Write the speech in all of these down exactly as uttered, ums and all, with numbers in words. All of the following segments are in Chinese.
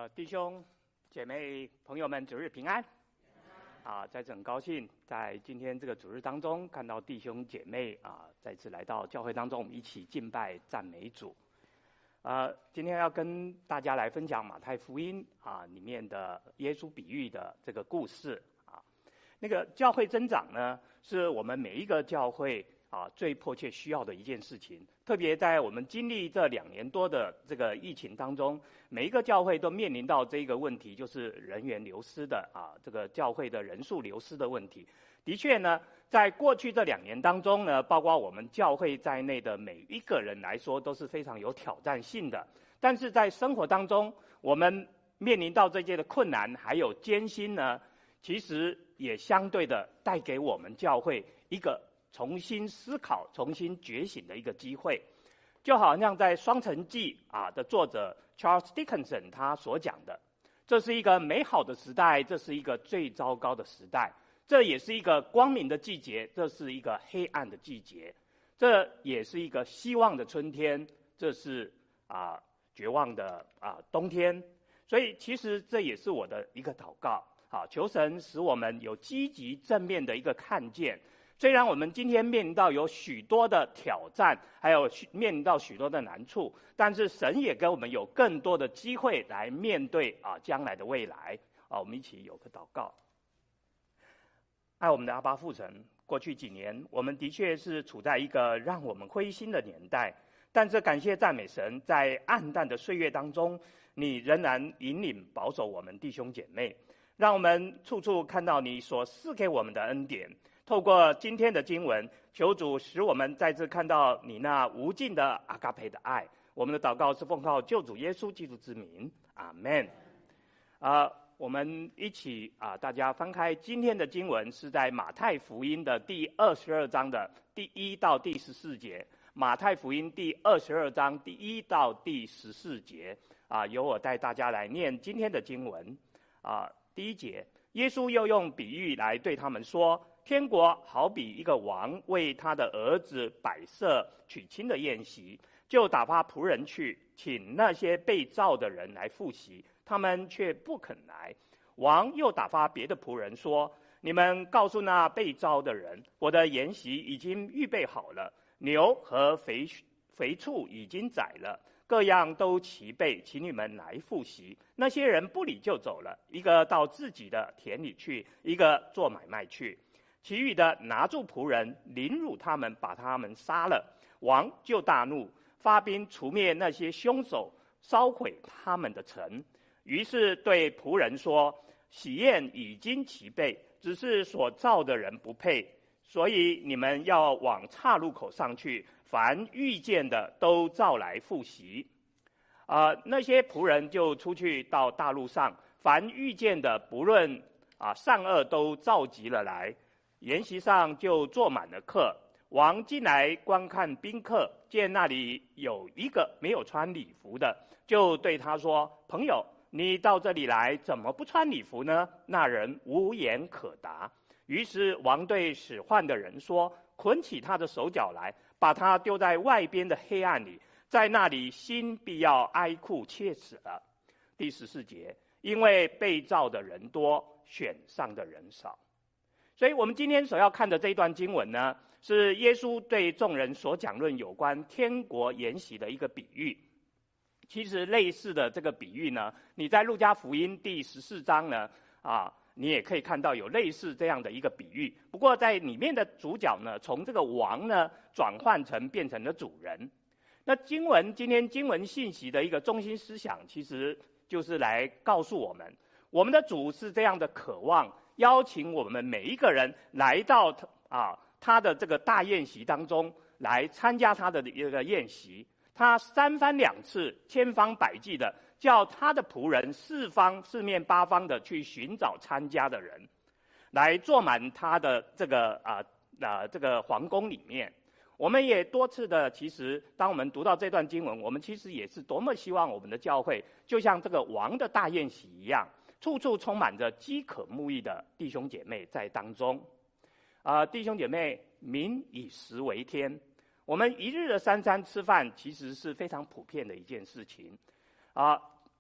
弟兄姐妹朋友们，主日平安啊！在此很高兴，在今天这个主日当中，看到弟兄姐妹啊再次来到教会当中，我们一起敬拜赞美主。呃，今天要跟大家来分享马太福音啊里面的耶稣比喻的这个故事啊。那个教会增长呢，是我们每一个教会啊最迫切需要的一件事情。特别在我们经历这两年多的这个疫情当中，每一个教会都面临到这个问题，就是人员流失的啊，这个教会的人数流失的问题。的确呢，在过去这两年当中呢，包括我们教会在内的每一个人来说，都是非常有挑战性的。但是在生活当中，我们面临到这些的困难还有艰辛呢，其实也相对的带给我们教会一个重新思考、重新觉醒的一个机会。就好像在《双城记》啊的作者 Charles Dickinson 他所讲的，这是一个美好的时代，这是一个最糟糕的时代，这也是一个光明的季节，这是一个黑暗的季节，这也是一个希望的春天，这是啊绝望的啊冬天。所以其实这也是我的一个祷告，好，求神使我们有积极正面的一个看见。虽然我们今天面临到有许多的挑战，还有面临到许多的难处，但是神也给我们有更多的机会来面对啊将来的未来啊。我们一起有个祷告。爱我们的阿爸父神，过去几年我们的确是处在一个让我们灰心的年代，但是感谢赞美神，在暗淡的岁月当中，你仍然引领保守我们弟兄姐妹，让我们处处看到你所赐给我们的恩典。透过今天的经文，求主使我们再次看到你那无尽的阿嘎培的爱。我们的祷告是奉靠救主耶稣基督之名，阿们。啊，我们一起啊，大家翻开今天的经文，是在马太福音的第二十二章的第一到第十四节。马太福音第二十二章第一到第十四节啊，由我带大家来念今天的经文啊。第一节，耶稣又用比喻来对他们说。天国好比一个王为他的儿子摆设娶亲的宴席，就打发仆人去请那些被召的人来赴席，他们却不肯来。王又打发别的仆人说：你们告诉那被召的人，我的筵席已经预备好了，牛和肥肥畜已经宰了，各样都齐备，请你们来赴席。那些人不理就走了，一个到自己的田里去，一个做买卖去。其余的拿住仆人，凌辱他们，把他们杀了。王就大怒，发兵除灭那些凶手，烧毁他们的城。于是对仆人说：喜宴已经齐备，只是所召的人不配，所以你们要往岔路口上去，凡遇见的都召来赴席。啊、呃，那些仆人就出去到大路上，凡遇见的不论啊善恶都召集了来。筵席上就坐满了客，王进来观看宾客，见那里有一个没有穿礼服的，就对他说：朋友，你到这里来，怎么不穿礼服呢？那人无言可答。于是王对使唤的人说：捆起他的手脚来，把他丢在外边的黑暗里，在那里心必要哀哭切齿了。第十四节，因为被召的人多，选上的人少。所以我们今天所要看的这一段经文呢，是耶稣对众人所讲论有关天国筵席的一个比喻。其实类似的这个比喻呢，你在路加福音第十四章呢，啊，你也可以看到有类似这样的一个比喻。不过在里面的主角呢，从这个王呢转换成变成了主人。那经文今天经文信息的一个中心思想，其实就是来告诉我们，我们的主是这样的渴望。邀请我们每一个人来到啊他的这个大宴席当中来参加他的一个宴席。他三番两次千方百计的叫他的仆人四方四面八方的去寻找参加的人，来坐满他的这个啊啊这个皇宫里面。我们也多次的，其实当我们读到这段经文，我们其实也是多么希望我们的教会就像这个王的大宴席一样，处处充满着饥渴慕义的弟兄姐妹在当中。啊、呃，弟兄姐妹，民以食为天。我们一日的三餐吃饭，其实是非常普遍的一件事情。啊、呃，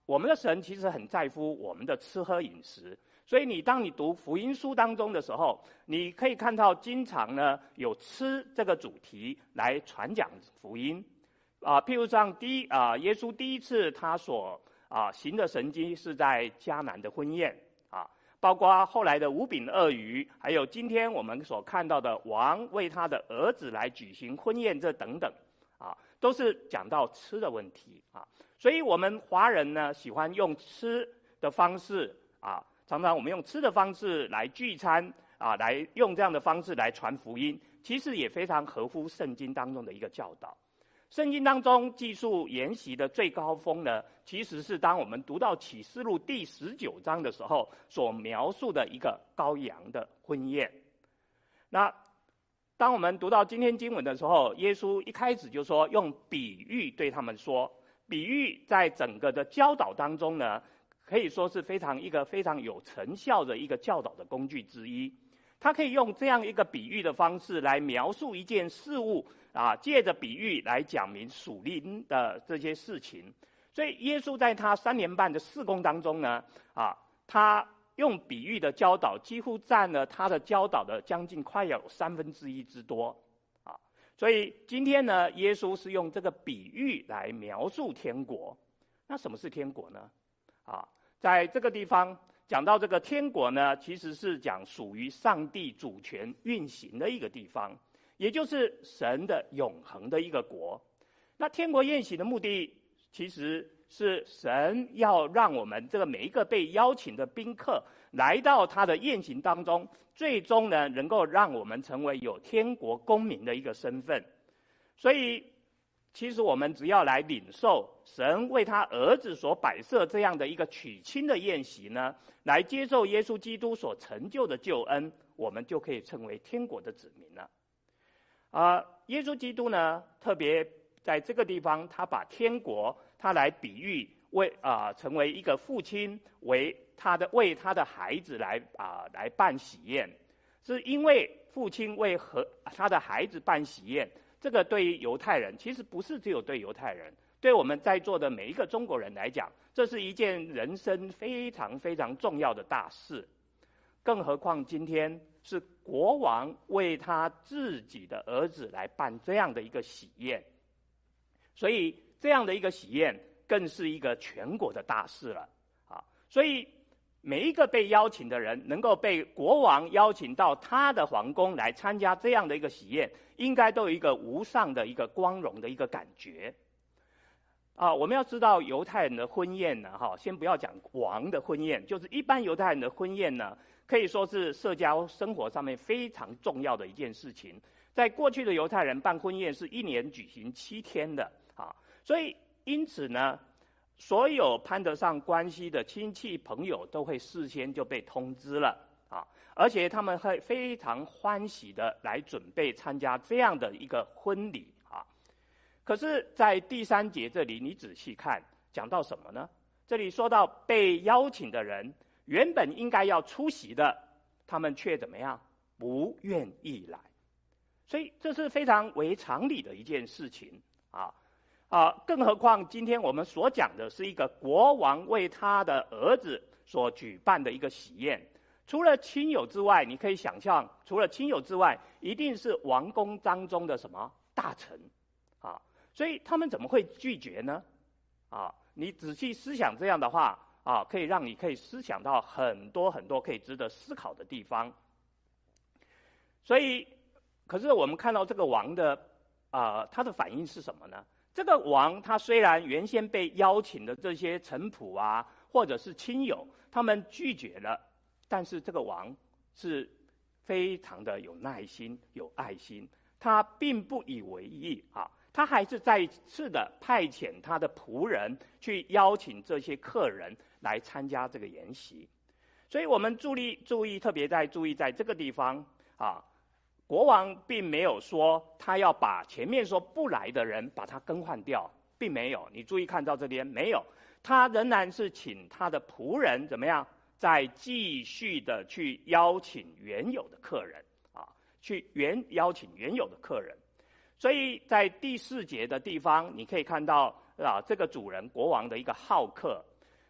我们的神其实很在乎我们的吃喝饮食。所以你当你读福音书当中的时候，你可以看到经常呢有吃这个主题来传讲福音啊。譬如像第一啊，耶稣第一次他所啊行的神迹是在迦南的婚宴啊，包括后来的五饼二鱼，还有今天我们所看到的王为他的儿子来举行婚宴，这等等啊，都是讲到吃的问题啊。所以我们华人呢喜欢用吃的方式啊。常常我们用吃的方式来聚餐啊，来用这样的方式来传福音，其实也非常合乎圣经当中的一个教导。圣经当中记述筵席的最高峰呢，其实是当我们读到启示录第十九章的时候所描述的一个羔羊的婚宴。那当我们读到今天经文的时候，耶稣一开始就说用比喻对他们说，比喻在整个的教导当中呢，可以说是非常一个非常有成效的一个教导的工具之一。他可以用这样一个比喻的方式来描述一件事物啊，借着比喻来讲明属灵的这些事情。所以耶稣在他三年半的事工当中呢，啊，他用比喻的教导几乎占了他的教导的将近快要有三分之一之多啊。所以今天呢，耶稣是用这个比喻来描述天国。那什么是天国呢？啊，在这个地方讲到这个天国呢，其实是讲属于上帝主权运行的一个地方，也就是神的永恒的一个国。那天国宴席的目的，其实是神要让我们这个每一个被邀请的宾客来到他的宴席当中，最终呢能够让我们成为有天国公民的一个身份。所以其实我们只要来领受神为他儿子所摆设这样的一个娶亲的宴席呢，来接受耶稣基督所成就的救恩，我们就可以成为天国的子民了。啊、呃，耶稣基督呢，特别在这个地方，他把天国他来比喻为啊、呃、成为一个父亲为他的为他的孩子来啊、呃、来办喜宴，是因为父亲为和他的孩子办喜宴。这个对于犹太人，其实不是只有对犹太人，对我们在座的每一个中国人来讲，这是一件人生非常非常重要的大事。更何况今天是国王为他自己的儿子来办这样的一个喜宴，所以这样的一个喜宴更是一个全国的大事了啊！所以每一个被邀请的人能够被国王邀请到他的皇宫来参加这样的一个喜宴，应该都有一个无上的一个光荣的一个感觉啊！我们要知道犹太人的婚宴呢，哈，先不要讲王的婚宴，就是一般犹太人的婚宴呢，可以说是社交生活上面非常重要的一件事情。在过去的犹太人办婚宴是一年举行七天的啊，所以因此呢，所有攀得上关系的亲戚朋友都会事先就被通知了啊，而且他们会非常欢喜的来准备参加这样的一个婚礼啊。可是，在第三节这里，你仔细看，讲到什么呢？这里说到被邀请的人原本应该要出席的，他们却怎么样？不愿意来。所以这是非常违常理的一件事情啊。啊，更何况今天我们所讲的是一个国王为他的儿子所举办的一个喜宴，除了亲友之外，你可以想象，除了亲友之外，一定是王宫当中的什么大臣啊，所以他们怎么会拒绝呢？啊，你仔细思想这样的话啊，可以让你可以思想到很多很多可以值得思考的地方。所以，可是我们看到这个王的啊、呃，他的反应是什么呢？这个王他虽然原先被邀请的这些臣仆啊，或者是亲友，他们拒绝了，但是这个王是非常的有耐心、有爱心，他并不以为意啊，他还是再次的派遣他的仆人去邀请这些客人来参加这个筵席。所以我们注意注意，特别在注意在这个地方啊。国王并没有说他要把前面说不来的人把他更换掉，并没有。你注意看到这边没有，他仍然是请他的仆人怎么样，再继续的去邀请原有的客人啊，去原邀请原有的客人。所以在第四节的地方，你可以看到啊，这个主人国王的一个好客。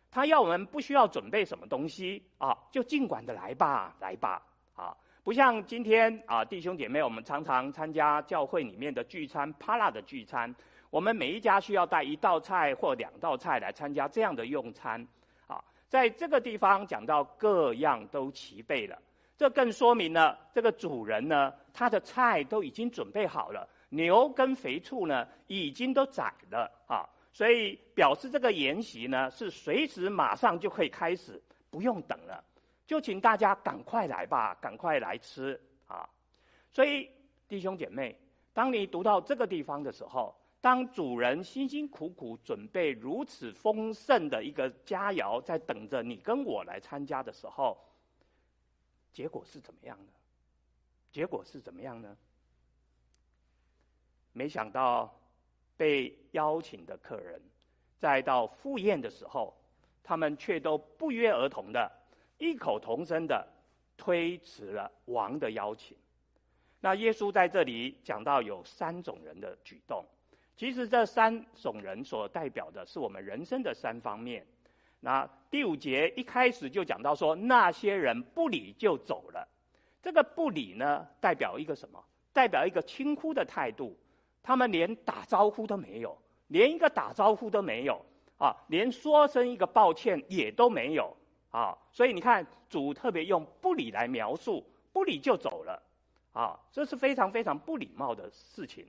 他要我们不需要准备什么东西啊，就尽管的来吧，来吧啊！不像今天啊，弟兄姐妹，我们常常参加教会里面的聚餐、帕拉的聚餐，我们每一家需要带一道菜或两道菜来参加这样的用餐啊。在这个地方讲到各样都齐备了，这更说明了这个主人呢，他的菜都已经准备好了，牛跟肥畜呢已经都宰了啊。所以表示这个筵席呢是随时马上就可以开始，不用等了，就请大家赶快来吧，赶快来吃啊！所以弟兄姐妹，当你读到这个地方的时候，当主人辛辛苦苦准备如此丰盛的一个佳肴，在等着你跟我来参加的时候，结果是怎么样呢？结果是怎么样呢？没想到被邀请的客人，在到赴宴的时候，他们却都不约而同的、异口同声的推迟了王的邀请。那耶稣在这里讲到有三种人的举动，其实这三种人所代表的是我们人生的三方面。那第五节一开始就讲到说，那些人不理就走了。这个不理呢，代表一个什么？代表一个轻忽的态度。他们连打招呼都没有，连一个打招呼都没有啊，连说声一个抱歉也都没有啊。所以你看，主特别用不理来描述，不理就走了啊，这是非常非常不礼貌的事情。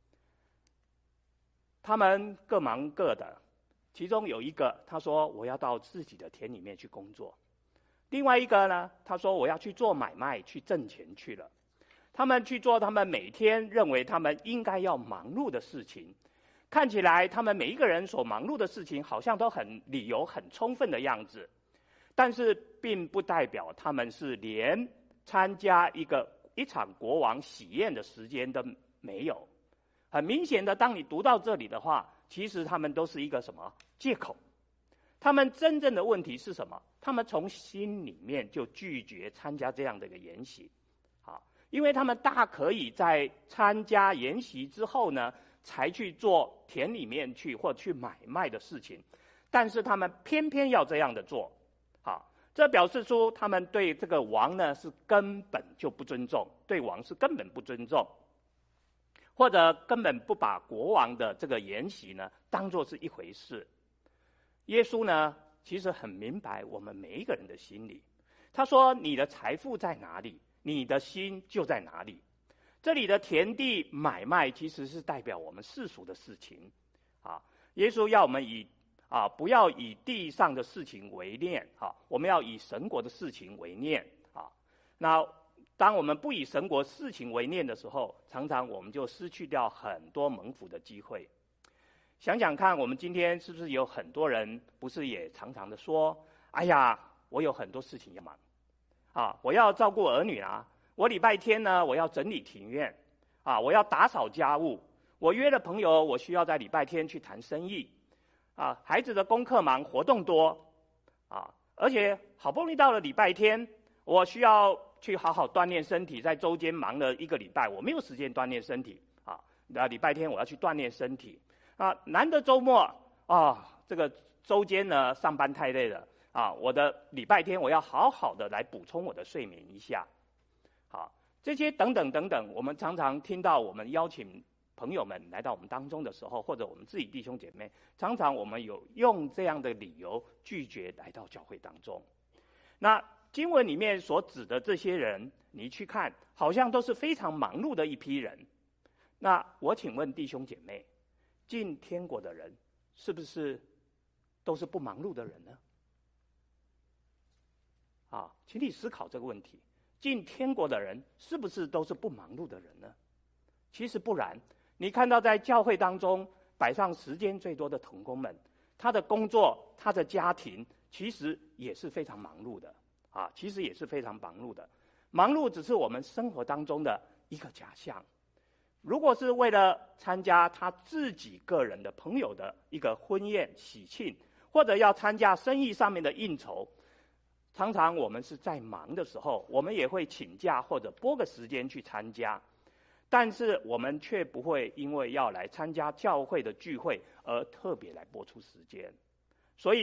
他们各忙各的，其中有一个他说我要到自己的田里面去工作，另外一个呢，他说我要去做买卖去挣钱去了。他们去做他们每天认为他们应该要忙碌的事情，看起来他们每一个人所忙碌的事情好像都很理由很充分的样子，但是并不代表他们是连参加一个一场国王喜宴的时间都没有。很明显的，当你读到这里的话，其实他们都是一个什么借口？他们真正的问题是什么？他们从心里面就拒绝参加这样的一个筵席。因为他们大可以在参加筵席之后呢，才去做田里面去或去买卖的事情，但是他们偏偏要这样的做，好，这表示出他们对这个王呢是根本就不尊重，对王是根本不尊重，或者根本不把国王的这个筵席呢当作是一回事。耶稣呢其实很明白我们每一个人的心理，他说：“你的财富在哪里？你的心就在哪里。”这里的田地买卖其实是代表我们世俗的事情啊。耶稣要我们以啊不要以地上的事情为念啊，我们要以神国的事情为念啊。那当我们不以神国事情为念的时候，常常我们就失去掉很多蒙福的机会。想想看，我们今天是不是有很多人不是也常常的说：“哎呀，我有很多事情要忙。”啊，我要照顾儿女啊！我礼拜天呢，我要整理庭院，啊，我要打扫家务。我约了朋友，我需要在礼拜天去谈生意，啊，孩子的功课忙，活动多，啊，而且好不容易到了礼拜天，我需要去好好锻炼身体。在周间忙了一个礼拜，我没有时间锻炼身体，啊，那礼拜天我要去锻炼身体，啊，难得周末啊，这个周间呢上班太累了。啊，我的礼拜天我要好好的来补充我的睡眠一下，好，这些等等等等，我们常常听到我们邀请朋友们来到我们当中的时候，或者我们自己弟兄姐妹，常常我们有用这样的理由拒绝来到教会当中。那经文里面所指的这些人，你去看，好像都是非常忙碌的一批人。那我请问弟兄姐妹，进天国的人是不是都是不忙碌的人呢？啊，请你思考这个问题：进天国的人是不是都是不忙碌的人呢？其实不然。你看到在教会当中摆上时间最多的同工们，他的工作、他的家庭，其实也是非常忙碌的啊，其实也是非常忙碌的。忙碌只是我们生活当中的一个假象。如果是为了参加他自己个人的朋友的一个婚宴喜庆，或者要参加生意上面的应酬，常常我们是在忙的时候，我们也会请假或者拨个时间去参加，但是我们却不会因为要来参加教会的聚会而特别来拨出时间。所以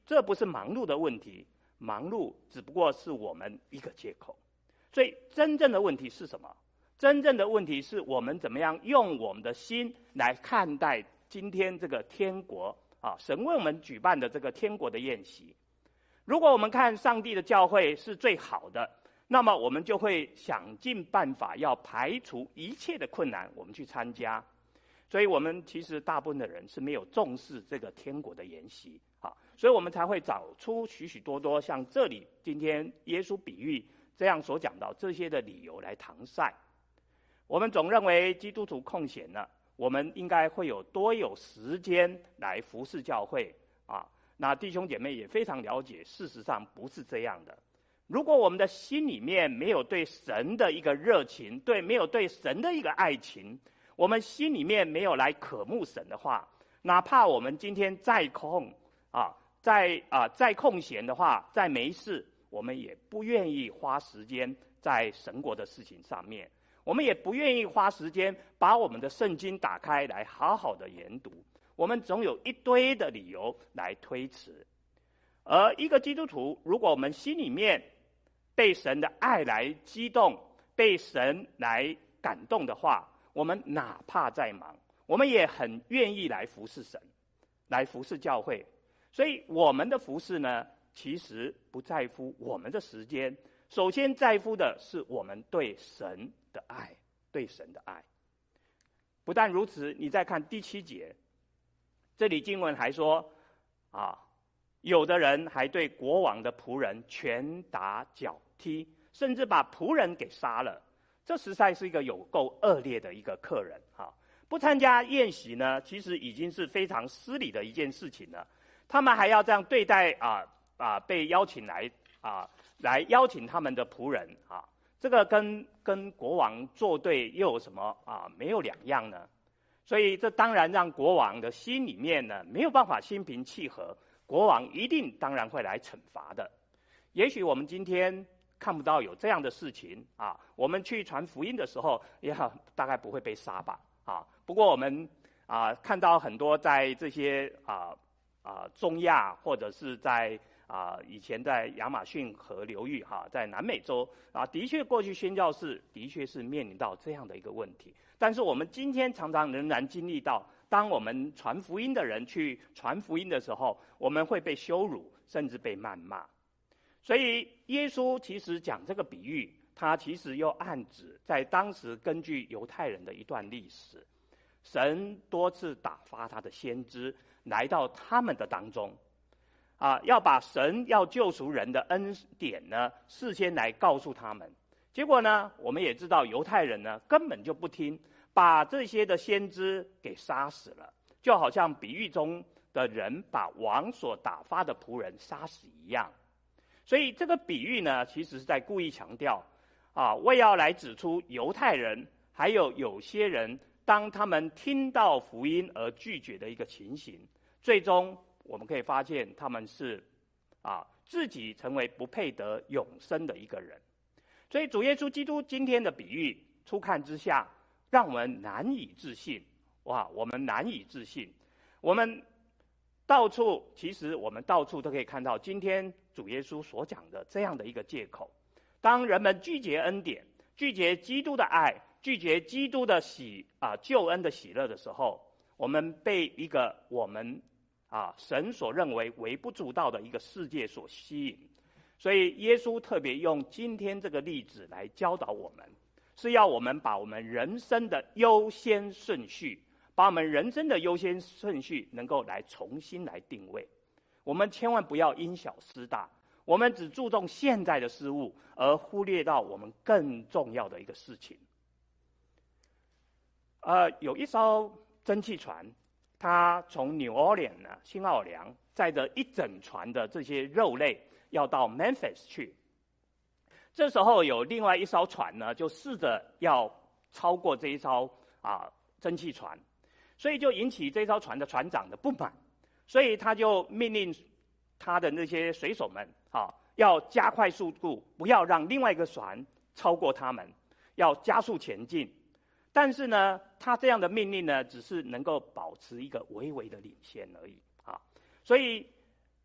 这不是忙碌的问题，忙碌只不过是我们一个借口。所以真正的问题是什么？真正的问题是我们怎么样用我们的心来看待今天这个天国啊，神为我们举办的这个天国的宴席。如果我们看上帝的教会是最好的，那么我们就会想尽办法要排除一切的困难，我们去参加。所以我们其实大部分的人是没有重视这个天国的筵席啊，所以我们才会找出许许多多像这里今天耶稣比喻这样所讲到这些的理由来搪塞。我们总认为基督徒空闲了，我们应该会有多有时间来服侍教会啊。那弟兄姐妹也非常了解，事实上不是这样的。如果我们的心里面没有对神的一个热情，对没有对神的一个爱情，我们心里面没有来渴慕神的话，哪怕我们今天再空啊，再啊再空闲的话，再没事，我们也不愿意花时间在神国的事情上面，我们也不愿意花时间把我们的圣经打开来好好的研读，我们总有一堆的理由来推迟。而一个基督徒，如果我们心里面被神的爱来激动，被神来感动的话，我们哪怕再忙，我们也很愿意来服侍神，来服侍教会。所以我们的服侍呢，其实不在乎我们的时间，首先在乎的是我们对神的爱，对神的爱。不但如此，你再看第七节，这里经文还说啊，有的人还对国王的仆人拳打脚踢，甚至把仆人给杀了。这实在是一个有够恶劣的一个客人哈！不参加宴席呢，其实已经是非常失礼的一件事情了。他们还要这样对待啊啊被邀请来啊来邀请他们的仆人啊，这个跟跟国王作对又有什么啊没有两样呢？所以这当然让国王的心里面呢没有办法心平气和，国王一定当然会来惩罚的。也许我们今天看不到有这样的事情啊，我们去传福音的时候，也好大概不会被杀吧啊。不过我们啊看到很多在这些啊啊中亚或者是在啊以前在亚马逊河流域哈、啊，在南美洲啊，的确过去宣教士的确是面临到这样的一个问题。但是我们今天常常仍然经历到，当我们传福音的人去传福音的时候，我们会被羞辱，甚至被谩骂。所以耶稣其实讲这个比喻，他其实又暗指在当时根据犹太人的一段历史，神多次打发他的先知来到他们的当中，啊，要把神要救赎人的恩典呢，事先来告诉他们。结果呢，我们也知道犹太人呢根本就不听，把这些的先知给杀死了，就好像比喻中的人把王所打发的仆人杀死一样。所以这个比喻呢，其实是在故意强调，啊，为要来指出犹太人还有有些人，当他们听到福音而拒绝的一个情形，最终我们可以发现他们是啊自己成为不配得永生的一个人。所以主耶稣基督今天的比喻，初看之下，让我们难以置信。哇，我们难以置信。我们到处，其实我们到处都可以看到，今天主耶稣所讲的这样的一个借口。当人们拒绝恩典，拒绝基督的爱，拒绝基督的喜啊救恩的喜乐的时候，我们被一个我们啊神所认为微不足道的一个世界所吸引。所以耶稣特别用今天这个例子来教导我们，是要我们把我们人生的优先顺序，把我们人生的优先顺序能够来重新来定位。我们千万不要因小失大，我们只注重现在的事物，而忽略到我们更重要的一个事情。呃，有一艘蒸汽船，它从纽奥良呢，新奥良载着一整船的这些肉类，要到 Memphis 去。这时候有另外一艘船呢，就试着要超过这一艘啊蒸汽船，所以就引起这艘船的船长的不满，所以他就命令他的那些水手们啊，要加快速度，不要让另外一个船超过他们，要加速前进。但是呢，他这样的命令呢，只是能够保持一个微微的领先而已啊。所以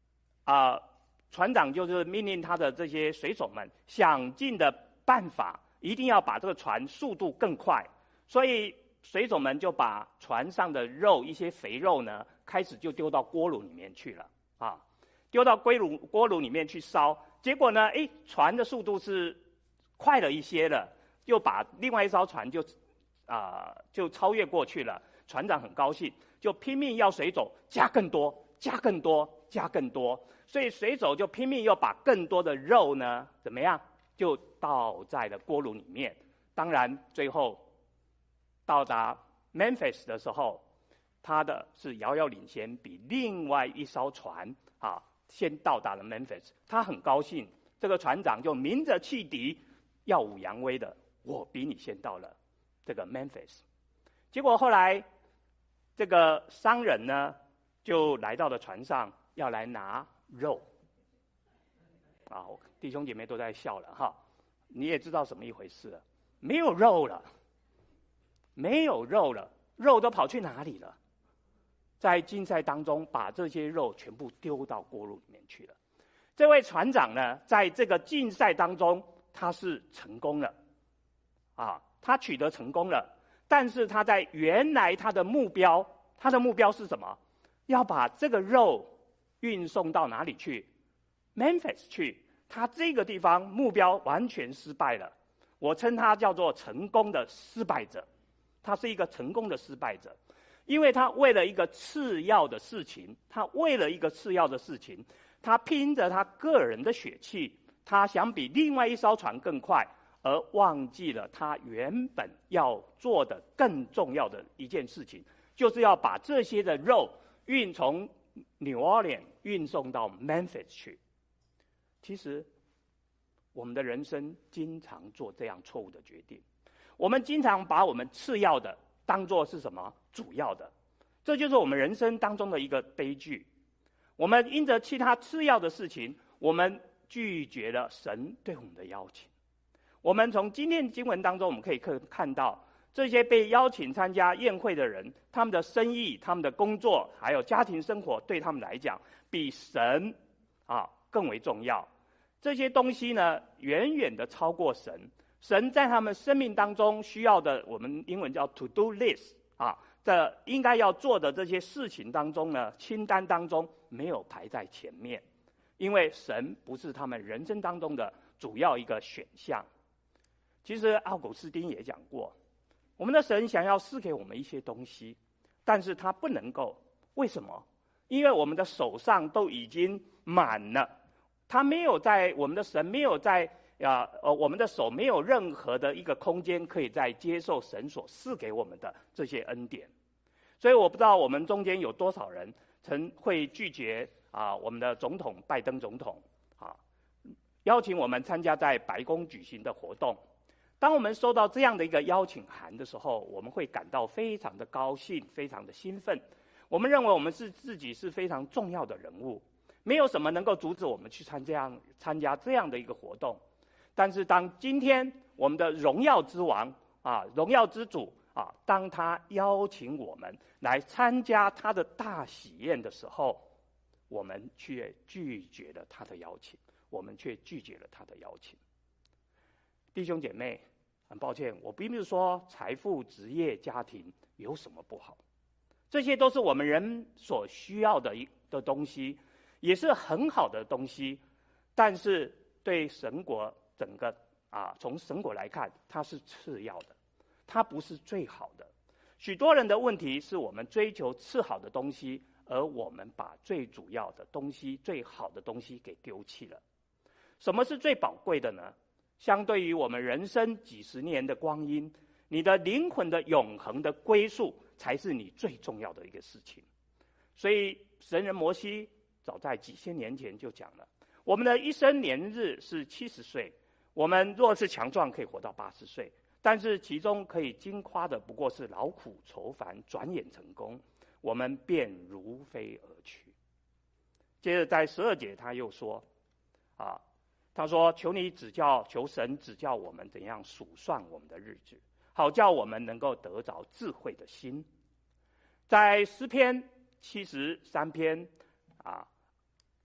啊、呃，船长就是命令他的这些水手们想尽的办法，一定要把这个船速度更快。所以水手们就把船上的肉，一些肥肉呢，开始就丢到锅炉里面去了啊，丢到锅炉锅炉里面去烧。结果呢，哎，船的速度是快了一些了，又把另外一艘船就啊、呃、就超越过去了。船长很高兴，就拼命要水手加更多、加更多、加更多。所以水手就拼命要把更多的肉呢，怎么样，就倒在了锅炉里面。当然，最后到达 Memphis 的时候，他的是遥遥领先，比另外一艘船啊先到达了 Memphis。他很高兴，这个船长就鸣着汽笛，耀武扬威的，我比你先到了这个 Memphis。结果后来，这个商人呢，就来到了船上，要来拿肉。啊，弟兄姐妹都在笑了哈，你也知道什么一回事了，没有肉了。没有肉了，肉都跑去哪里了？在竞赛当中，把这些肉全部丢到锅炉里面去了。这位船长呢，在这个竞赛当中，他是成功了，啊，他取得成功了。但是他在原来他的目标，他的目标是什么？要把这个肉运送到哪里去 ？Memphis 去。他这个地方目标完全失败了。我称他叫做成功的失败者。他是一个成功的失败者，因为他为了一个次要的事情，他为了一个次要的事情，他拼着他个人的血气，他想比另外一艘船更快，而忘记了他原本要做的更重要的一件事情，就是要把这些的肉运从 New Orleans 运送到 Memphis 去。其实，我们的人生经常做这样错误的决定。我们经常把我们次要的当作是什么主要的，这就是我们人生当中的一个悲剧。我们因着其他次要的事情，我们拒绝了神对我们的邀请。我们从今天经文当中，我们可以看到这些被邀请参加宴会的人，他们的生意、他们的工作，还有家庭生活，对他们来讲，比神啊更为重要。这些东西呢，远远的超过神。神在他们生命当中需要的，我们英文叫 to do list 啊，这应该要做的这些事情当中呢，清单当中没有排在前面，因为神不是他们人生当中的主要一个选项。其实奥古斯丁也讲过，我们的神想要赐给我们一些东西，但是他不能够，为什么？因为我们的手上都已经满了，他没有在我们的神没有在。啊，呃，我们的手没有任何的一个空间可以再接受神所赐给我们的这些恩典，所以我不知道我们中间有多少人曾会拒绝啊，我们的总统拜登总统啊邀请我们参加在白宫举行的活动。当我们收到这样的一个邀请函的时候，我们会感到非常的高兴，非常的兴奋。我们认为我们是自己是非常重要的人物，没有什么能够阻止我们去参加参加这样的一个活动。但是当今天我们的荣耀之王啊，荣耀之主啊，当他邀请我们来参加他的大喜宴的时候，我们却拒绝了他的邀请，我们却拒绝了他的邀请。弟兄姐妹，很抱歉，我并不是说财富、职业、家庭有什么不好，这些都是我们人所需要的一的东西，也是很好的东西，但是对神国整个啊，从神国来看，它是次要的，它不是最好的。许多人的问题是我们追求次好的东西，而我们把最主要的东西、最好的东西给丢弃了。什么是最宝贵的呢？相对于我们人生几十年的光阴，你的灵魂的永恒的归宿，才是你最重要的一个事情。所以神人摩西早在几千年前就讲了，我们的一生年日是七十岁。我们若是强壮，可以活到八十岁，但是其中可以经夸的不过是劳苦愁烦，转眼成功，我们便如飞而去。接着在十二节他又说，啊，他说：“求你指教，求神指教我们怎样数算我们的日子，好叫我们能够得着智慧的心。”在诗篇七十三篇啊，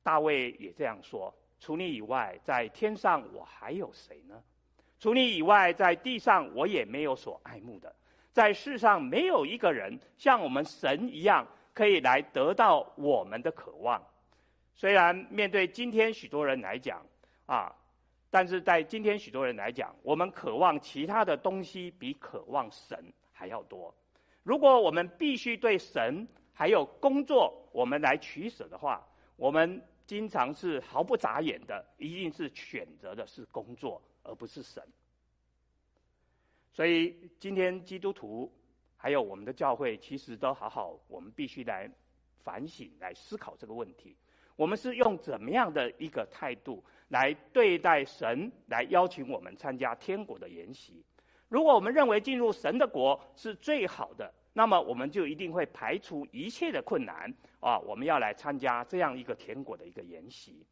大卫也这样说：除你以外，在天上我还有谁呢？除你以外，在地上我也没有所爱慕的。在世上没有一个人像我们神一样，可以来得到我们的渴望。虽然面对今天许多人来讲啊，但是在今天许多人来讲，我们渴望其他的东西比渴望神还要多。如果我们必须对神还有工作我们来取舍的话，我们经常是毫不眨眼的，一定是选择的是工作，而不是神。所以今天基督徒还有我们的教会，其实都好好，我们必须来反省、来思考这个问题。我们是用怎么样的一个态度来对待神，来邀请我们参加天国的筵席？如果我们认为进入神的国是最好的，那么我们就一定会排除一切的困难啊！我们要来参加这样一个天国的一个筵席。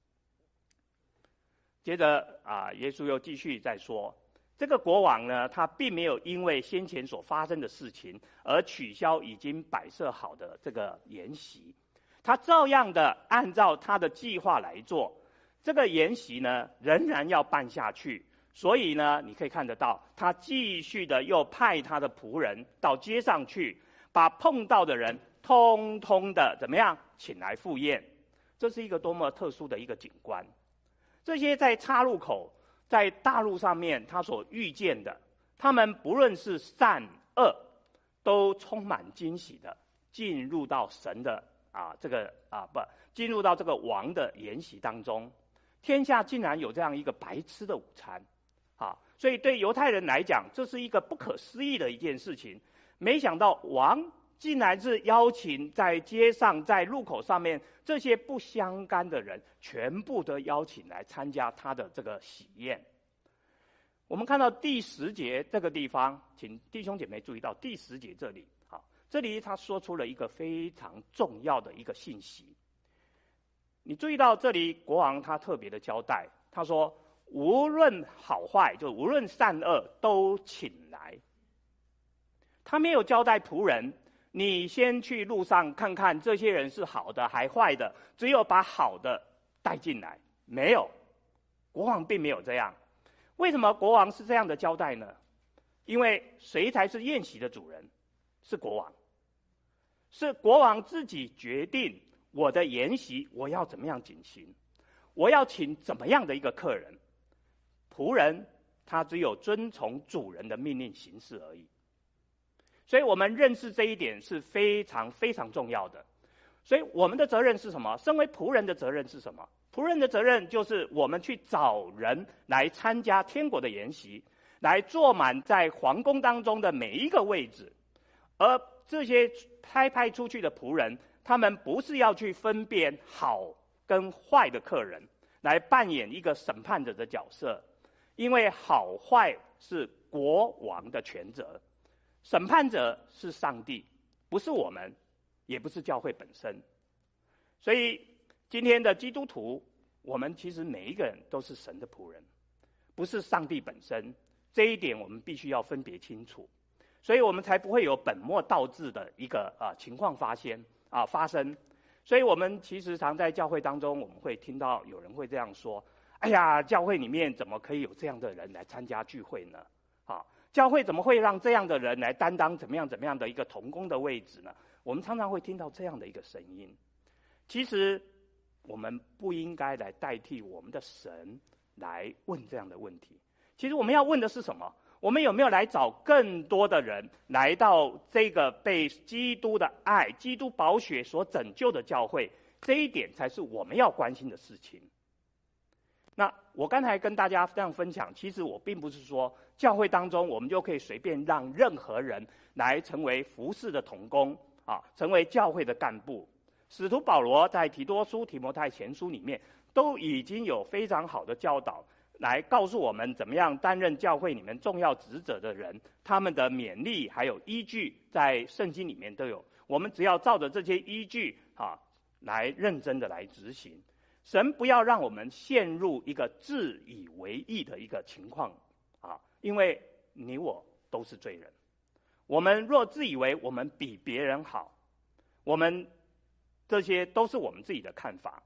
接着啊，耶稣又继续再说，这个国王呢，他并没有因为先前所发生的事情而取消已经摆设好的这个筵席，他照样的按照他的计划来做。这个筵席呢，仍然要办下去。所以呢，你可以看得到，他继续的又派他的仆人到街上去，把碰到的人通通的怎么样请来赴宴。这是一个多么特殊的一个景观。这些在岔路口，在大陆上面他所遇见的，他们不论是善恶，都充满惊喜的进入到神的啊这个啊不进入到这个王的筵席当中。天下竟然有这样一个白吃的午餐。啊，所以对犹太人来讲，这是一个不可思议的一件事情。没想到王竟然是邀请在街上、在路口上面这些不相干的人，全部都邀请来参加他的这个喜宴。我们看到第十节这个地方，请弟兄姐妹注意到第十节这里，好，这里他说出了一个非常重要的一个信息。你注意到这里，国王他特别的交代，他说，无论好坏，就无论善恶，都请来。他没有交代仆人，你先去路上看看这些人是好的还坏的，只有把好的带进来。没有，国王并没有这样。为什么国王是这样的交代呢？因为谁才是宴席的主人？是国王。是国王自己决定我的宴席我要怎么样进行，我要请怎么样的一个客人。仆人他只有遵从主人的命令行事而已。所以我们认识这一点是非常非常重要的。所以我们的责任是什么？身为仆人的责任是什么？仆人的责任就是我们去找人来参加天国的筵席，来坐满在皇宫当中的每一个位置。而这些派派出去的仆人，他们不是要去分辨好跟坏的客人，来扮演一个审判者的角色。因为好坏是国王的权责，审判者是上帝，不是我们，也不是教会本身。所以今天的基督徒，我们其实每一个人都是神的仆人，不是上帝本身。这一点我们必须要分别清楚，所以我们才不会有本末倒置的一个啊情况发现啊发生。所以我们其实常在教会当中，我们会听到有人会这样说，哎呀，教会里面怎么可以有这样的人来参加聚会呢？啊，教会怎么会让这样的人来担当怎么样怎么样的一个同工的位置呢？我们常常会听到这样的一个声音。其实我们不应该来代替我们的神来问这样的问题。其实我们要问的是什么？我们有没有来找更多的人来到这个被基督的爱、基督宝血所拯救的教会？这一点才是我们要关心的事情。那我刚才跟大家这样分享，其实我并不是说教会当中我们就可以随便让任何人来成为服事的同工啊，成为教会的干部。使徒保罗在提多书、提摩太前书里面都已经有非常好的教导，来告诉我们怎么样担任教会里面重要职责的人，他们的勉励还有依据在圣经里面都有。我们只要照着这些依据啊，来认真的来执行。神不要让我们陷入一个自以为义的一个情况啊，因为你我都是罪人。我们若自以为我们比别人好，我们这些都是我们自己的看法。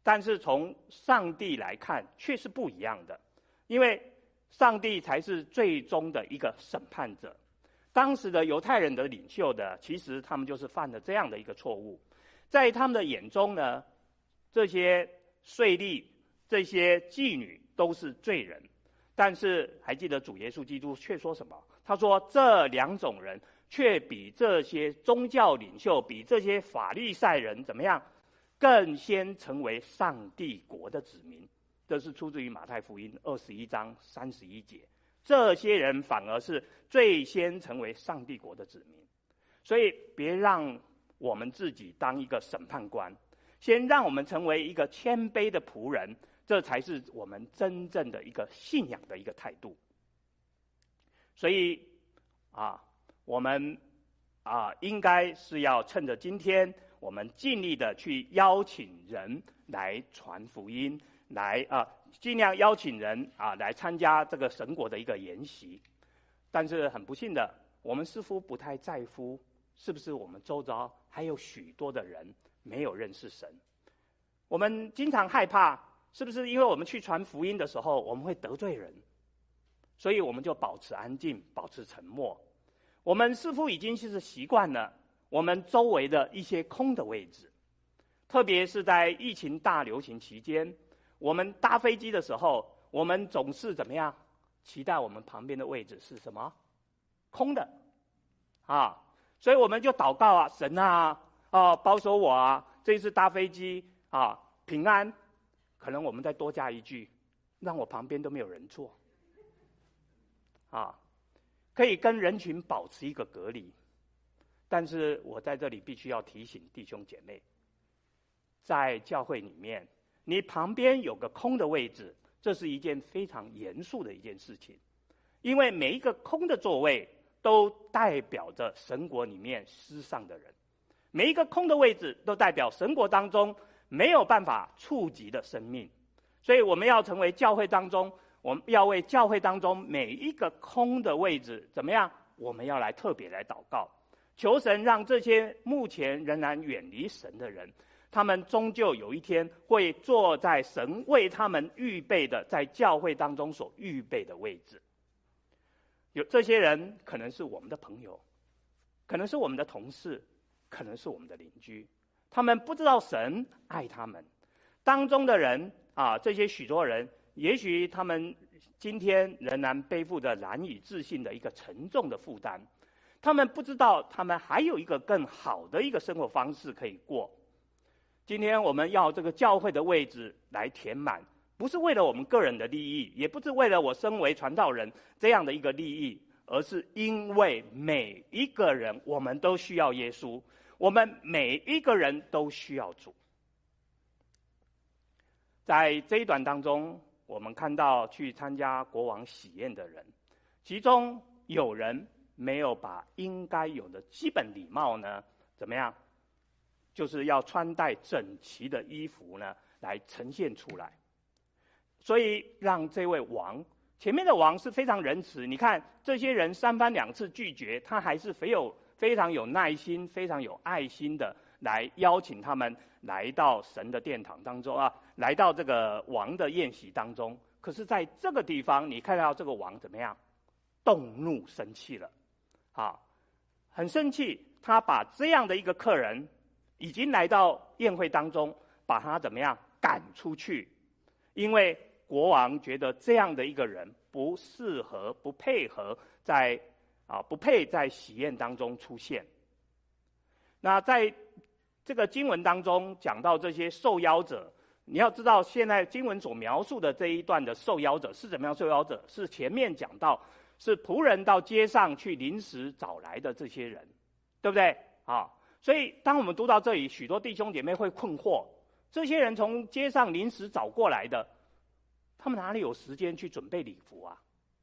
但是从上帝来看却是不一样的，因为上帝才是最终的一个审判者。当时的犹太人的领袖的，其实他们就是犯了这样的一个错误，在他们的眼中呢，这些税吏、这些妓女都是罪人。但是还记得主耶稣基督却说什么？他说这两种人却比这些宗教领袖、比这些法利赛人怎么样，更先成为上帝国的子民。这是出自于马太福音二十一章三十一节。这些人反而是最先成为上帝国的子民。所以别让我们自己当一个审判官，先让我们成为一个谦卑的仆人，这才是我们真正的一个信仰的一个态度。所以啊，我们啊应该是要趁着今天，我们尽力的去邀请人来传福音，来啊尽量邀请人啊来参加这个神国的一个研习。但是很不幸的，我们似乎不太在乎是不是我们周遭还有许多的人没有认识神。我们经常害怕，是不是因为我们去传福音的时候我们会得罪人，所以我们就保持安静，保持沉默。我们似乎已经是习惯了我们周围的一些空的位置，特别是在疫情大流行期间，我们搭飞机的时候，我们总是怎么样期待我们旁边的位置是什么？空的啊！所以我们就祷告啊，神啊，啊保守我啊，这一次搭飞机啊平安。可能我们再多加一句，让我旁边都没有人坐啊，可以跟人群保持一个隔离。但是我在这里必须要提醒弟兄姐妹，在教会里面，你旁边有个空的位置，这是一件非常严肃的一件事情，因为每一个空的座位都代表着神国里面失丧的人，每一个空的位置都代表神国当中没有办法触及的生命。所以我们要成为教会当中，我们要为教会当中每一个空的位置怎么样，我们要来特别来祷告，求神让这些目前仍然远离神的人，他们终究有一天会坐在神为他们预备的在教会当中所预备的位置。有这些人可能是我们的朋友，可能是我们的同事，可能是我们的邻居，他们不知道神爱他们。当中的人啊，这些许多人，也许他们今天仍然背负着难以置信的一个沉重的负担，他们不知道他们还有一个更好的一个生活方式可以过。今天我们要这个教会的位置来填满，不是为了我们个人的利益，也不是为了我身为传道人这样的一个利益，而是因为每一个人我们都需要耶稣，我们每一个人都需要主。在这一段当中，我们看到去参加国王喜宴的人，其中有人没有把应该有的基本礼貌呢，怎么样？就是要穿戴整齐的衣服呢，来呈现出来。所以让这位王，前面的王是非常仁慈，你看这些人三番两次拒绝，他还是非有非常有耐心、非常有爱心的来邀请他们来到神的殿堂当中啊，来到这个王的宴席当中。可是在这个地方，你看到这个王怎么样？动怒生气了，啊，很生气，他把这样的一个客人已经来到宴会当中，把他怎么样赶出去？因为国王觉得这样的一个人不适合、不配合在啊不配在喜宴当中出现。那在这个经文当中讲到这些受邀者，你要知道现在经文所描述的这一段的受邀者是怎么样受邀者？是前面讲到是仆人到街上去临时找来的这些人，对不对？啊，所以当我们读到这里，许多弟兄姐妹会困惑：这些人从街上临时找过来的，他们哪里有时间去准备礼服啊？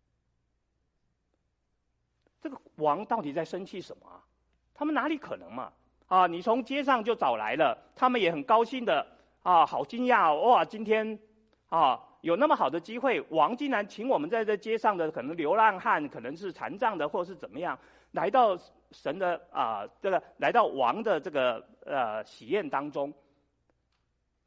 这个王到底在生气什么啊？他们哪里可能嘛？啊，你从街上就找来了，他们也很高兴的啊，好惊讶哦！哇，今天啊有那么好的机会，王竟然请我们在这街上的可能流浪汉，可能是残障的，或是怎么样，来到神的啊这个来到王的这个呃喜宴当中，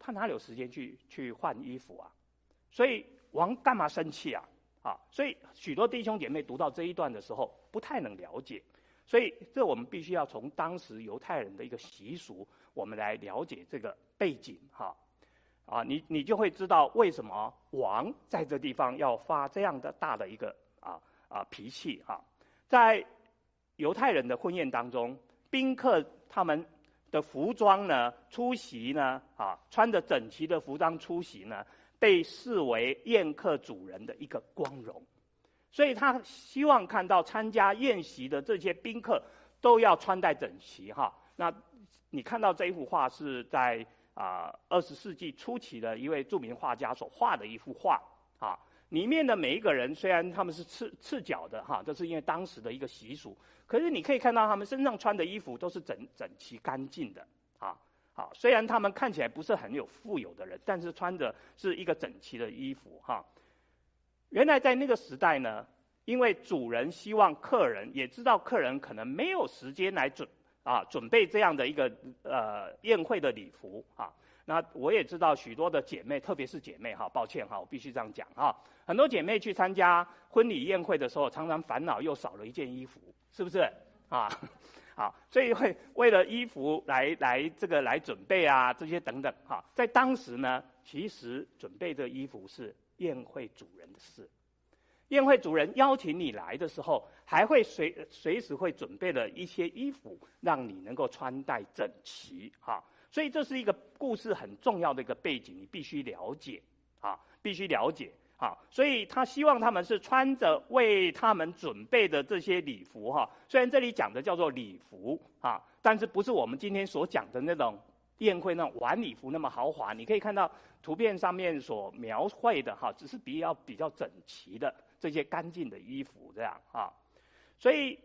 他哪有时间去去换衣服啊？所以王干嘛生气啊？啊，所以许多弟兄姐妹读到这一段的时候，不太能了解。所以这我们必须要从当时犹太人的一个习俗，我们来了解这个背景哈。啊，你你就会知道为什么王在这地方要发这样的大的一个啊啊脾气哈。在犹太人的婚宴当中，宾客他们的服装呢，出席呢，啊，穿着整齐的服装出席呢，被视为宴客主人的一个光荣。所以他希望看到参加宴席的这些宾客都要穿戴整齐哈。那你看到这一幅画是在啊二十世纪初期的一位著名画家所画的一幅画啊。里面的每一个人虽然他们是赤赤脚的哈，这是因为当时的一个习俗，可是你可以看到他们身上穿的衣服都是整整齐干净的啊。好，虽然他们看起来不是很有富有的人，但是穿着是一个整齐的衣服哈。原来在那个时代呢，因为主人希望客人也知道客人可能没有时间来准啊准备这样的一个呃宴会的礼服啊。那我也知道许多的姐妹，特别是姐妹哈，抱歉哈，我必须这样讲哈。很多姐妹去参加婚礼宴会的时候，常常烦恼又少了一件衣服，是不是啊？好，所以会为了衣服来来这个来准备啊，这些等等哈。在当时呢，其实准备这衣服是宴会主人的事。宴会主人邀请你来的时候，还会随随时会准备了一些衣服，让你能够穿戴整齐哈。所以这是一个故事很重要的一个背景，你必须了解啊，必须了解啊。所以他希望他们是穿着为他们准备的这些礼服哈。虽然这里讲的叫做礼服啊，但是不是我们今天所讲的那种宴会那种晚礼服那么豪华。你可以看到图片上面所描绘的哈，只是比较比较整齐的这些干净的衣服这样啊。所以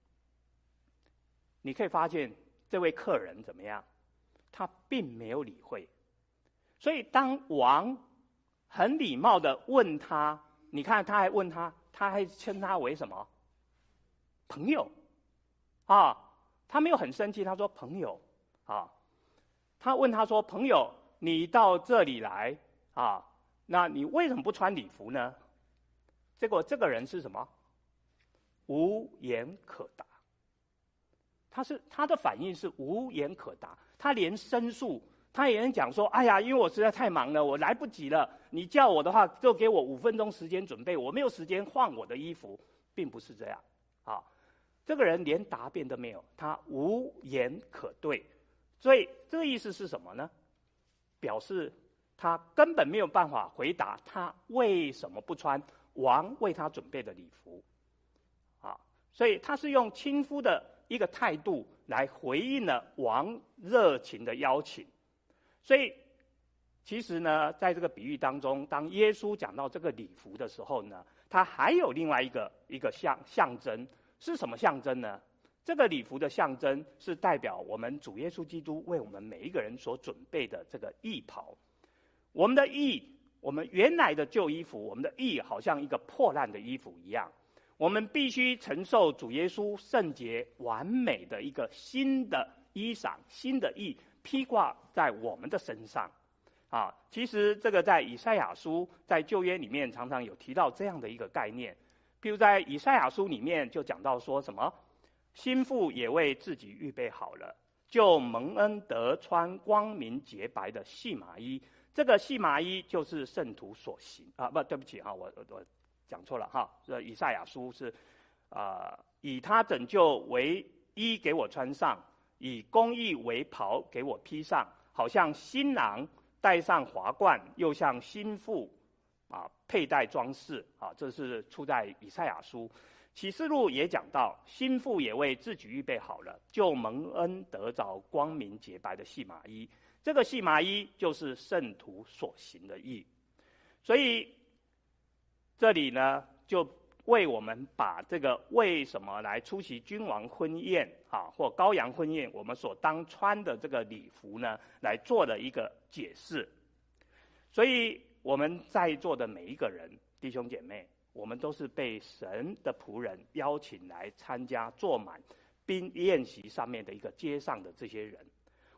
你可以发现这位客人怎么样？他并没有理会，所以当王很礼貌的问他，你看他还问他，他还称他为什么？朋友，啊，他没有很生气，他说朋友，啊，他问他说朋友，你到这里来啊，那你为什么不穿礼服呢？结果这个人是什么？无言可答。他是他的反应是无言可答，他连申诉，他也能讲说，哎呀，因为我实在太忙了，我来不及了。你叫我的话，就给我五分钟时间准备，我没有时间换我的衣服，并不是这样啊。这个人连答辩都没有，他无言可对。所以这个意思是什么呢？表示他根本没有办法回答他为什么不穿王为他准备的礼服啊。所以他是用轻浮的一个态度来回应了王热情的邀请。所以其实呢，在这个比喻当中，当耶稣讲到这个礼服的时候呢，他还有另外一个一个象象征，是什么象征呢？这个礼服的象征是代表我们主耶稣基督为我们每一个人所准备的这个义袍。我们的义，我们原来的旧衣服，我们的义好像一个破烂的衣服一样，我们必须承受主耶稣圣洁完美的一个新的衣裳、新的义披挂在我们的身上啊。其实这个在以赛亚书在旧约里面常常有提到这样的一个概念，譬如在以赛亚书里面就讲到说什么，新妇也为自己预备好了，就蒙恩得穿光明洁白的细麻衣。这个细麻衣就是圣徒所行啊，不对不起啊，我我讲错了哈。这以赛亚书是啊、呃，以他拯救为衣给我穿上，以公义为袍给我披上，好像新郎戴上华冠，又像新妇啊佩戴装饰啊。这是出在以赛亚书。启示录也讲到，新妇也为自己预备好了，就蒙恩得着光明洁白的细麻衣。这个细麻衣就是圣徒所行的义。所以这里呢，就为我们把这个为什么来出席君王婚宴啊，或羔羊婚宴，我们所当穿的这个礼服呢，来做了一个解释。所以我们在座的每一个人，弟兄姐妹，我们都是被神的仆人邀请来参加坐满宾宴席上面的一个街上的这些人。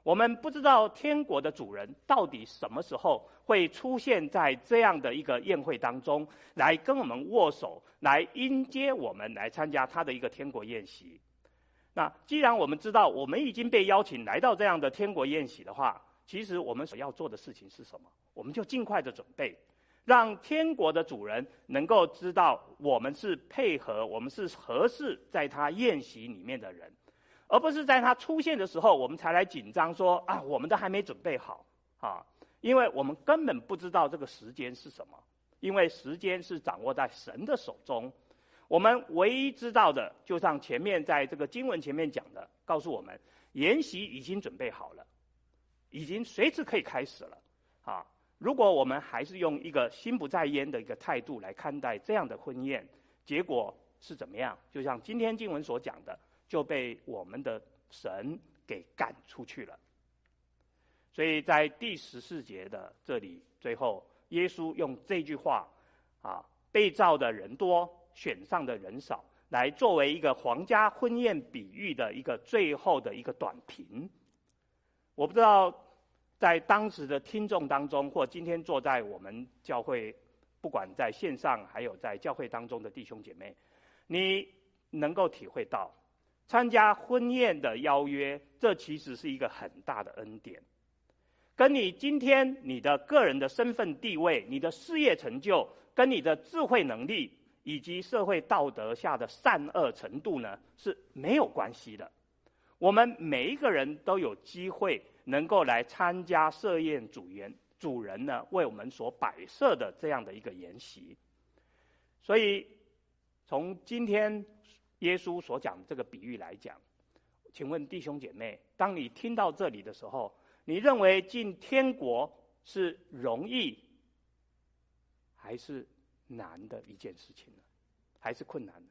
我们不知道天国的主人到底什么时候会出现在这样的一个宴会当中，来跟我们握手，来迎接我们来参加他的一个天国宴席。那既然我们知道我们已经被邀请来到这样的天国宴席的话，其实我们所要做的事情是什么？我们就尽快的准备，让天国的主人能够知道我们是配合，我们是合适在他宴席里面的人，而不是在他出现的时候我们才来紧张说啊，我们都还没准备好啊，因为我们根本不知道这个时间是什么，因为时间是掌握在神的手中。我们唯一知道的，就像前面在这个经文前面讲的，告诉我们筵席已经准备好了，已经随时可以开始了啊。如果我们还是用一个心不在焉的一个态度来看待这样的婚宴，结果是怎么样？就像今天经文所讲的，就被我们的神给赶出去了。所以在第十四节的这里，最后耶稣用这句话啊，被召的人多，选上的人少，来作为一个皇家婚宴比喻的一个最后的一个短评。我不知道在当时的听众当中，或今天坐在我们教会，不管在线上还有在教会当中的弟兄姐妹，你能够体会到参加婚宴的邀约，这其实是一个很大的恩典，跟你今天你的个人的身份地位、你的事业成就、跟你的智慧能力以及社会道德下的善恶程度呢，是没有关系的。我们每一个人都有机会能够来参加设宴主人主人呢为我们所摆设的这样的一个筵席。所以从今天耶稣所讲的这个比喻来讲，请问弟兄姐妹，当你听到这里的时候，你认为进天国是容易还是难的一件事情呢？还是困难的？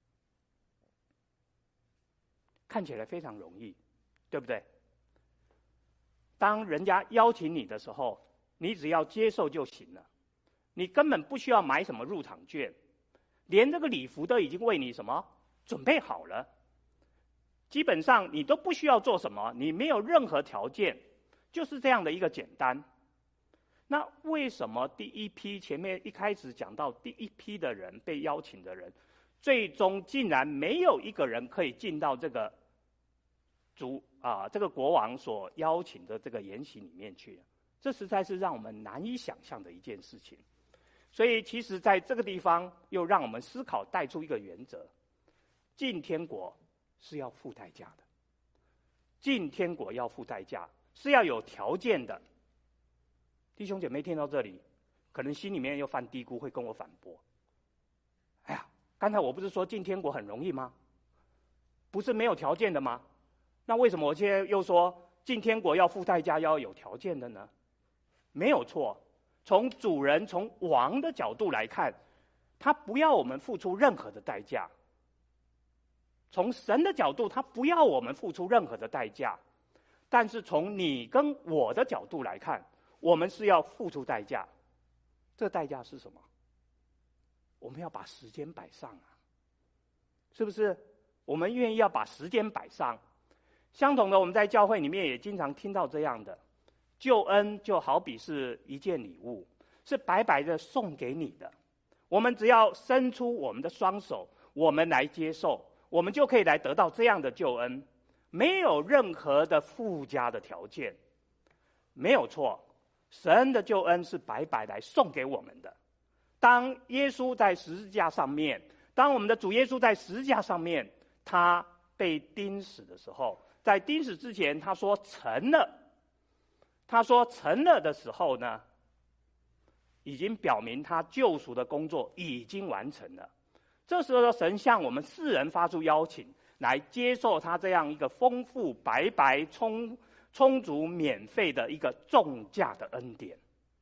看起来非常容易，对不对？当人家邀请你的时候，你只要接受就行了，你根本不需要买什么入场券，连这个礼服都已经为你什么准备好了，基本上你都不需要做什么，你没有任何条件，就是这样的一个简单。那为什么第一批前面一开始讲到第一批的人被邀请的人，最终竟然没有一个人可以进到这个主啊这个国王所邀请的这个筵席里面去？这实在是让我们难以想象的一件事情。所以其实在这个地方又让我们思考带出一个原则：进天国是要付代价的，进天国要付代价，是要有条件的。弟兄姐妹听到这里，可能心里面又犯嘀咕，会跟我反驳：哎呀，刚才我不是说进天国很容易吗？不是没有条件的吗？那为什么我现在又说进天国要付代价，要有条件的呢？没有错，从主人从王的角度来看，他不要我们付出任何的代价。从神的角度，他不要我们付出任何的代价。但是从你跟我的角度来看，我们是要付出代价。这代价是什么？我们要把时间摆上啊，是不是？我们愿意要把时间摆上。相同的，我们在教会里面也经常听到这样的：救恩就好比是一件礼物，是白白的送给你的，我们只要伸出我们的双手，我们来接受，我们就可以来得到这样的救恩，没有任何的附加的条件。没有错，神的救恩是白白来送给我们的。当耶稣在十字架上面，当我们的主耶稣在十字架上面，他被钉死的时候，在钉死之前他说成了，他说成了的时候呢，已经表明他救赎的工作已经完成了。这时候神向我们世人发出邀请，来接受他这样一个丰富白白充充足免费的一个重价的恩典。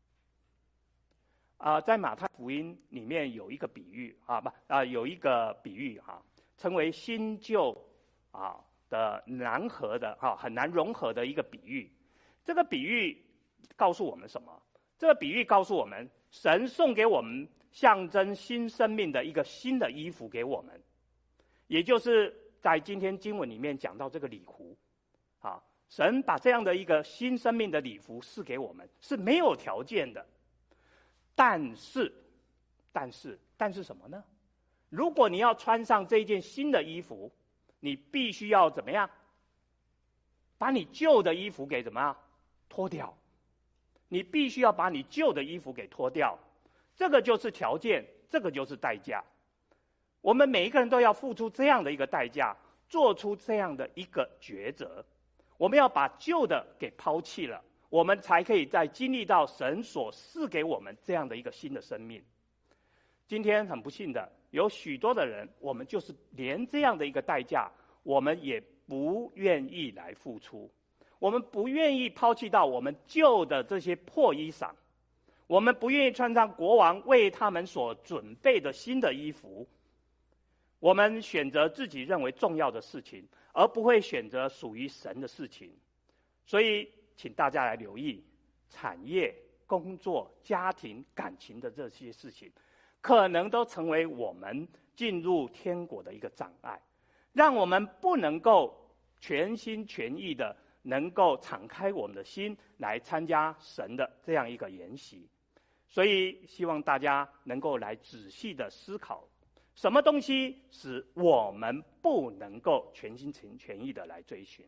啊、呃，在马太福音里面有一个比喻啊，不啊、呃，有一个比喻哈、啊，称为新旧啊的难合的啊很难融合的一个比喻。这个比喻告诉我们什么？这个比喻告诉我们，神送给我们象征新生命的一个新的衣服给我们，也就是在今天经文里面讲到这个礼壶啊， 神把这样的一个新生命的礼服赐给我们，是没有条件的。但是，但是，但是什么呢？如果你要穿上这件新的衣服，你必须要怎么样？把你旧的衣服给怎么样？脱掉。你必须要把你旧的衣服给脱掉，这个就是条件，这个就是代价。我们每一个人都要付出这样的一个代价，做出这样的一个抉择。我们要把旧的给抛弃了，我们才可以再经历到神所赐给我们这样的一个新的生命。今天很不幸的，有许多的人，我们就是连这样的一个代价，我们也不愿意来付出。我们不愿意抛弃到我们旧的这些破衣裳，我们不愿意穿上国王为他们所准备的新的衣服。我们选择自己认为重要的事情，而不会选择属于神的事情。所以，请大家来留意产业、工作、家庭、感情的这些事情，可能都成为我们进入天国的一个障碍，让我们不能够全心全意的能够敞开我们的心来参加神的这样一个研习。所以希望大家能够来仔细的思考，什么东西使我们不能够全心全意的来追寻。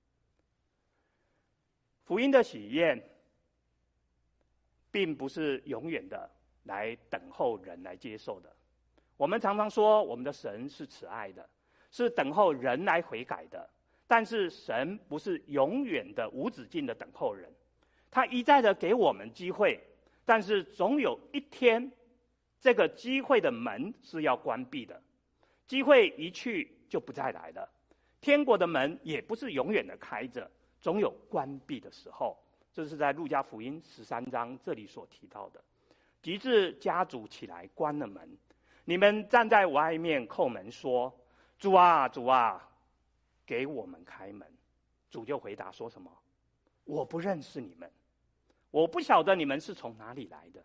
福音的喜宴并不是永远的来等候人来接受的。我们常常说我们的神是慈爱的，是等候人来悔改的，但是神不是永远的无止境的等候人，他一再的给我们机会，但是总有一天这个机会的门是要关闭的，机会一去就不再来了。天国的门也不是永远的开着，总有关闭的时候。这是在路加福音十三章这里所提到的。及至家主起来关了门，你们站在外面叩门说：主啊，主啊，给我们开门。主就回答说什么？我不认识你们，我不晓得你们是从哪里来的。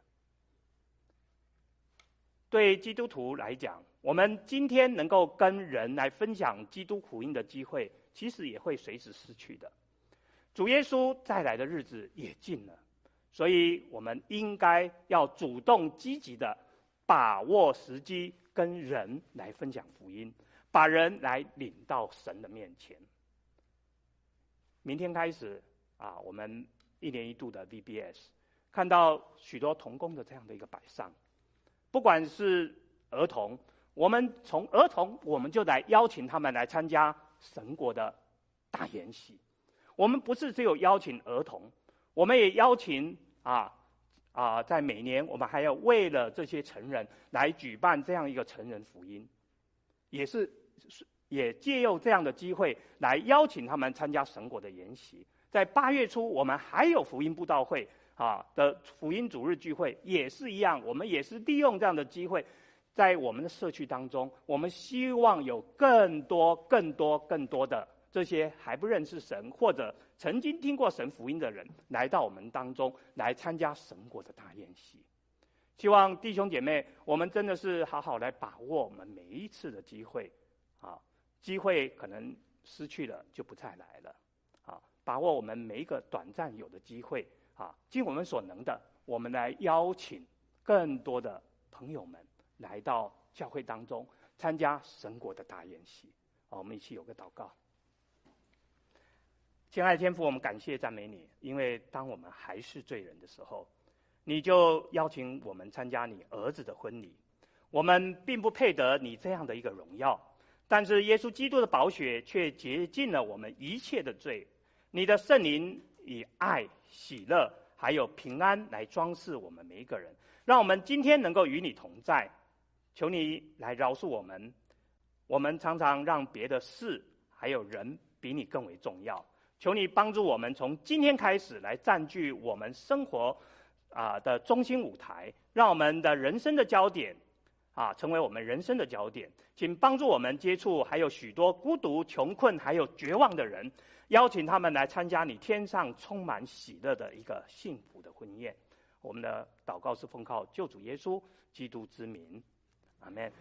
对基督徒来讲，我们今天能够跟人来分享基督福音的机会，其实也会随时失去的。主耶稣再来的日子也近了，所以我们应该要主动积极的把握时机，跟人来分享福音，把人来领到神的面前。明天开始啊，我们一年一度的 V B S， 看到许多同工的这样的一个摆上，不管是儿童，我们从儿童我们就来邀请他们来参加神国的大筵席。我们不是只有邀请儿童，我们也邀请啊啊，在每年我们还要为了这些成人来举办这样一个成人福音，也是也借用这样的机会来邀请他们参加神国的筵席。在八月初，我们还有福音布道会啊的福音主日聚会，也是一样，我们也是利用这样的机会，在我们的社区当中，我们希望有更多、更多、更多的这些还不认识神或者曾经听过神福音的人，来到我们当中来参加神国的大宴席。希望弟兄姐妹，我们真的是好好来把握我们每一次的机会啊，机会可能失去了就不再来了啊，把握我们每一个短暂有的机会啊，尽我们所能的，我们来邀请更多的朋友们来到教会当中参加神国的大宴席。好，我们一起有个祷告。亲爱的天父，我们感谢赞美你，因为当我们还是罪人的时候，你就邀请我们参加你儿子的婚礼。我们并不配得你这样的一个荣耀，但是耶稣基督的宝血却洁净了我们一切的罪。你的圣灵以爱、喜乐还有平安来装饰我们每一个人，让我们今天能够与你同在。求你来饶恕我们，我们常常让别的事还有人比你更为重要。求你帮助我们从今天开始来占据我们生活啊的中心舞台，让我们的人生的焦点啊成为我们人生的焦点。请帮助我们接触还有许多孤独、穷困还有绝望的人，邀请他们来参加你天上充满喜乐的一个幸福的婚宴。我们的祷告是奉靠救主耶稣基督之名，阿们。